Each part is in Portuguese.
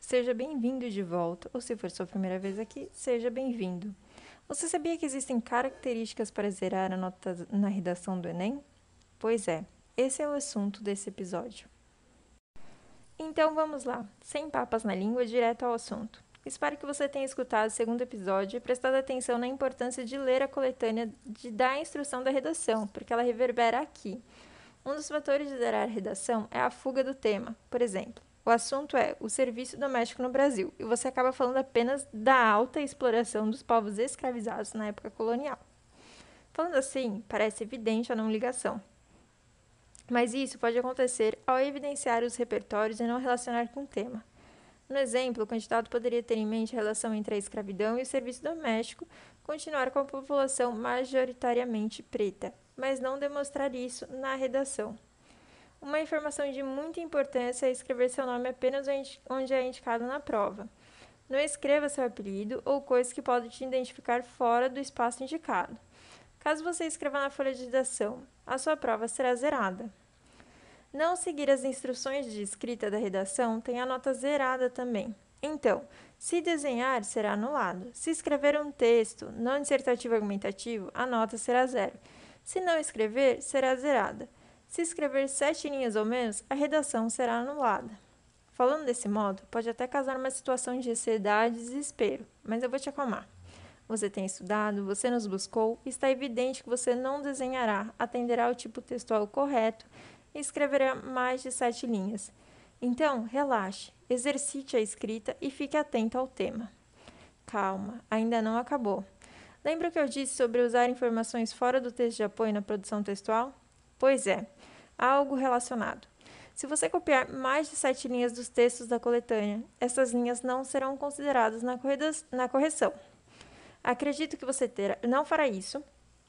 seja bem-vindo de volta, ou se for sua primeira vez aqui, seja bem-vindo. Você sabia que existem características para zerar a nota na redação do Enem? Pois é, esse é o assunto desse episódio. Então vamos lá, sem papas na língua, direto ao assunto. Espero que você tenha escutado o segundo episódio e prestado atenção na importância de ler a coletânea da instrução da redação, porque ela reverbera aqui. Um dos fatores de zerar a redação é a fuga do tema. Por exemplo, o assunto é o serviço doméstico no Brasil, e você acaba falando apenas da alta exploração dos povos escravizados na época colonial. Falando assim, parece evidente a não ligação. Mas isso pode acontecer ao evidenciar os repertórios e não relacionar com o tema. No exemplo, o candidato poderia ter em mente a relação entre a escravidão e o serviço doméstico, continuar com a população majoritariamente preta, mas não demonstrar isso na redação. Uma informação de muita importância é escrever seu nome apenas onde é indicado na prova. Não escreva seu apelido ou coisas que podem te identificar fora do espaço indicado. Caso você escreva na folha de redação, a sua prova será zerada. Não seguir as instruções de escrita da redação tem a nota zerada também. Então, se desenhar, será anulado. Se escrever um texto não dissertativo argumentativo, a nota será 0. Se não escrever, será zerada. Se escrever 7 linhas ou menos, a redação será anulada. Falando desse modo, pode até causar uma situação de ansiedade e desespero, mas eu vou te acalmar. Você tem estudado, você nos buscou, e está evidente que você não desenhará, atenderá ao tipo textual correto e escreverá mais de 7 linhas. Então, relaxe, exercite a escrita e fique atento ao tema. Calma, ainda não acabou. Lembra o que eu disse sobre usar informações fora do texto de apoio na produção textual? Pois é, algo relacionado. Se você copiar mais de 7 linhas dos textos da coletânea, essas linhas não serão consideradas na correção. Acredito que você não fará isso,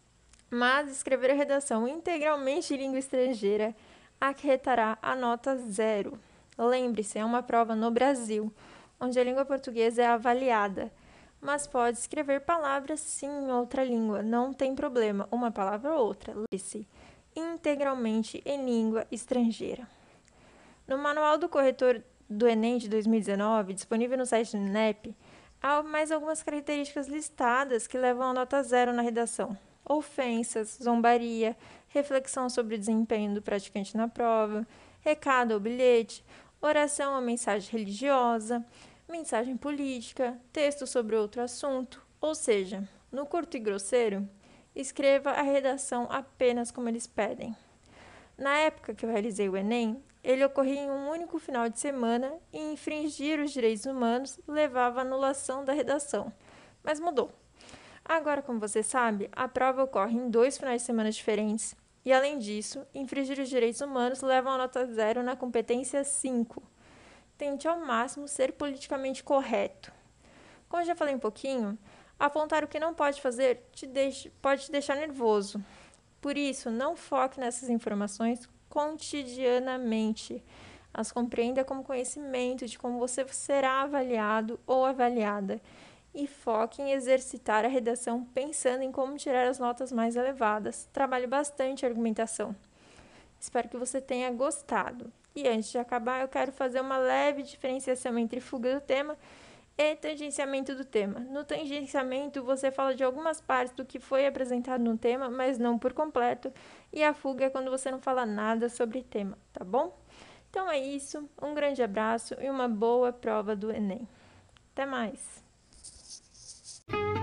mas escrever a redação integralmente em língua estrangeira acarretará a nota 0. Lembre-se, é uma prova no Brasil, onde a língua portuguesa é avaliada, mas pode escrever palavras sim em outra língua, não tem problema, uma palavra ou outra. Lembre-se, integralmente em língua estrangeira. No Manual do Corretor do Enem de 2019, disponível no site do INEP, há mais algumas características listadas que levam a nota 0 na redação. Ofensas, zombaria, reflexão sobre o desempenho do praticante na prova, recado ou bilhete, oração ou mensagem religiosa, mensagem política, texto sobre outro assunto, ou seja, no curto e grosseiro, escreva a redação apenas como eles pedem. Na época que eu realizei o Enem, ele ocorria em um único final de semana e infringir os direitos humanos levava à anulação da redação. Mas mudou. Agora, como você sabe, a prova ocorre em 2 finais de semana diferentes e, além disso, infringir os direitos humanos leva a nota 0 na competência 5. Tente ao máximo ser politicamente correto. Como eu já falei um pouquinho, apontar o que não pode fazer pode te deixar nervoso. Por isso, não foque nessas informações cotidianamente. As compreenda como conhecimento de como você será avaliado ou avaliada e foque em exercitar a redação pensando em como tirar as notas mais elevadas. Trabalhe bastante a argumentação. Espero que você tenha gostado. E antes de acabar, eu quero fazer uma leve diferenciação entre fuga do tema e tangenciamento do tema. No tangenciamento, você fala de algumas partes do que foi apresentado no tema, mas não por completo, e a fuga é quando você não fala nada sobre o tema, tá bom? Então é isso, um grande abraço e uma boa prova do Enem. Até mais!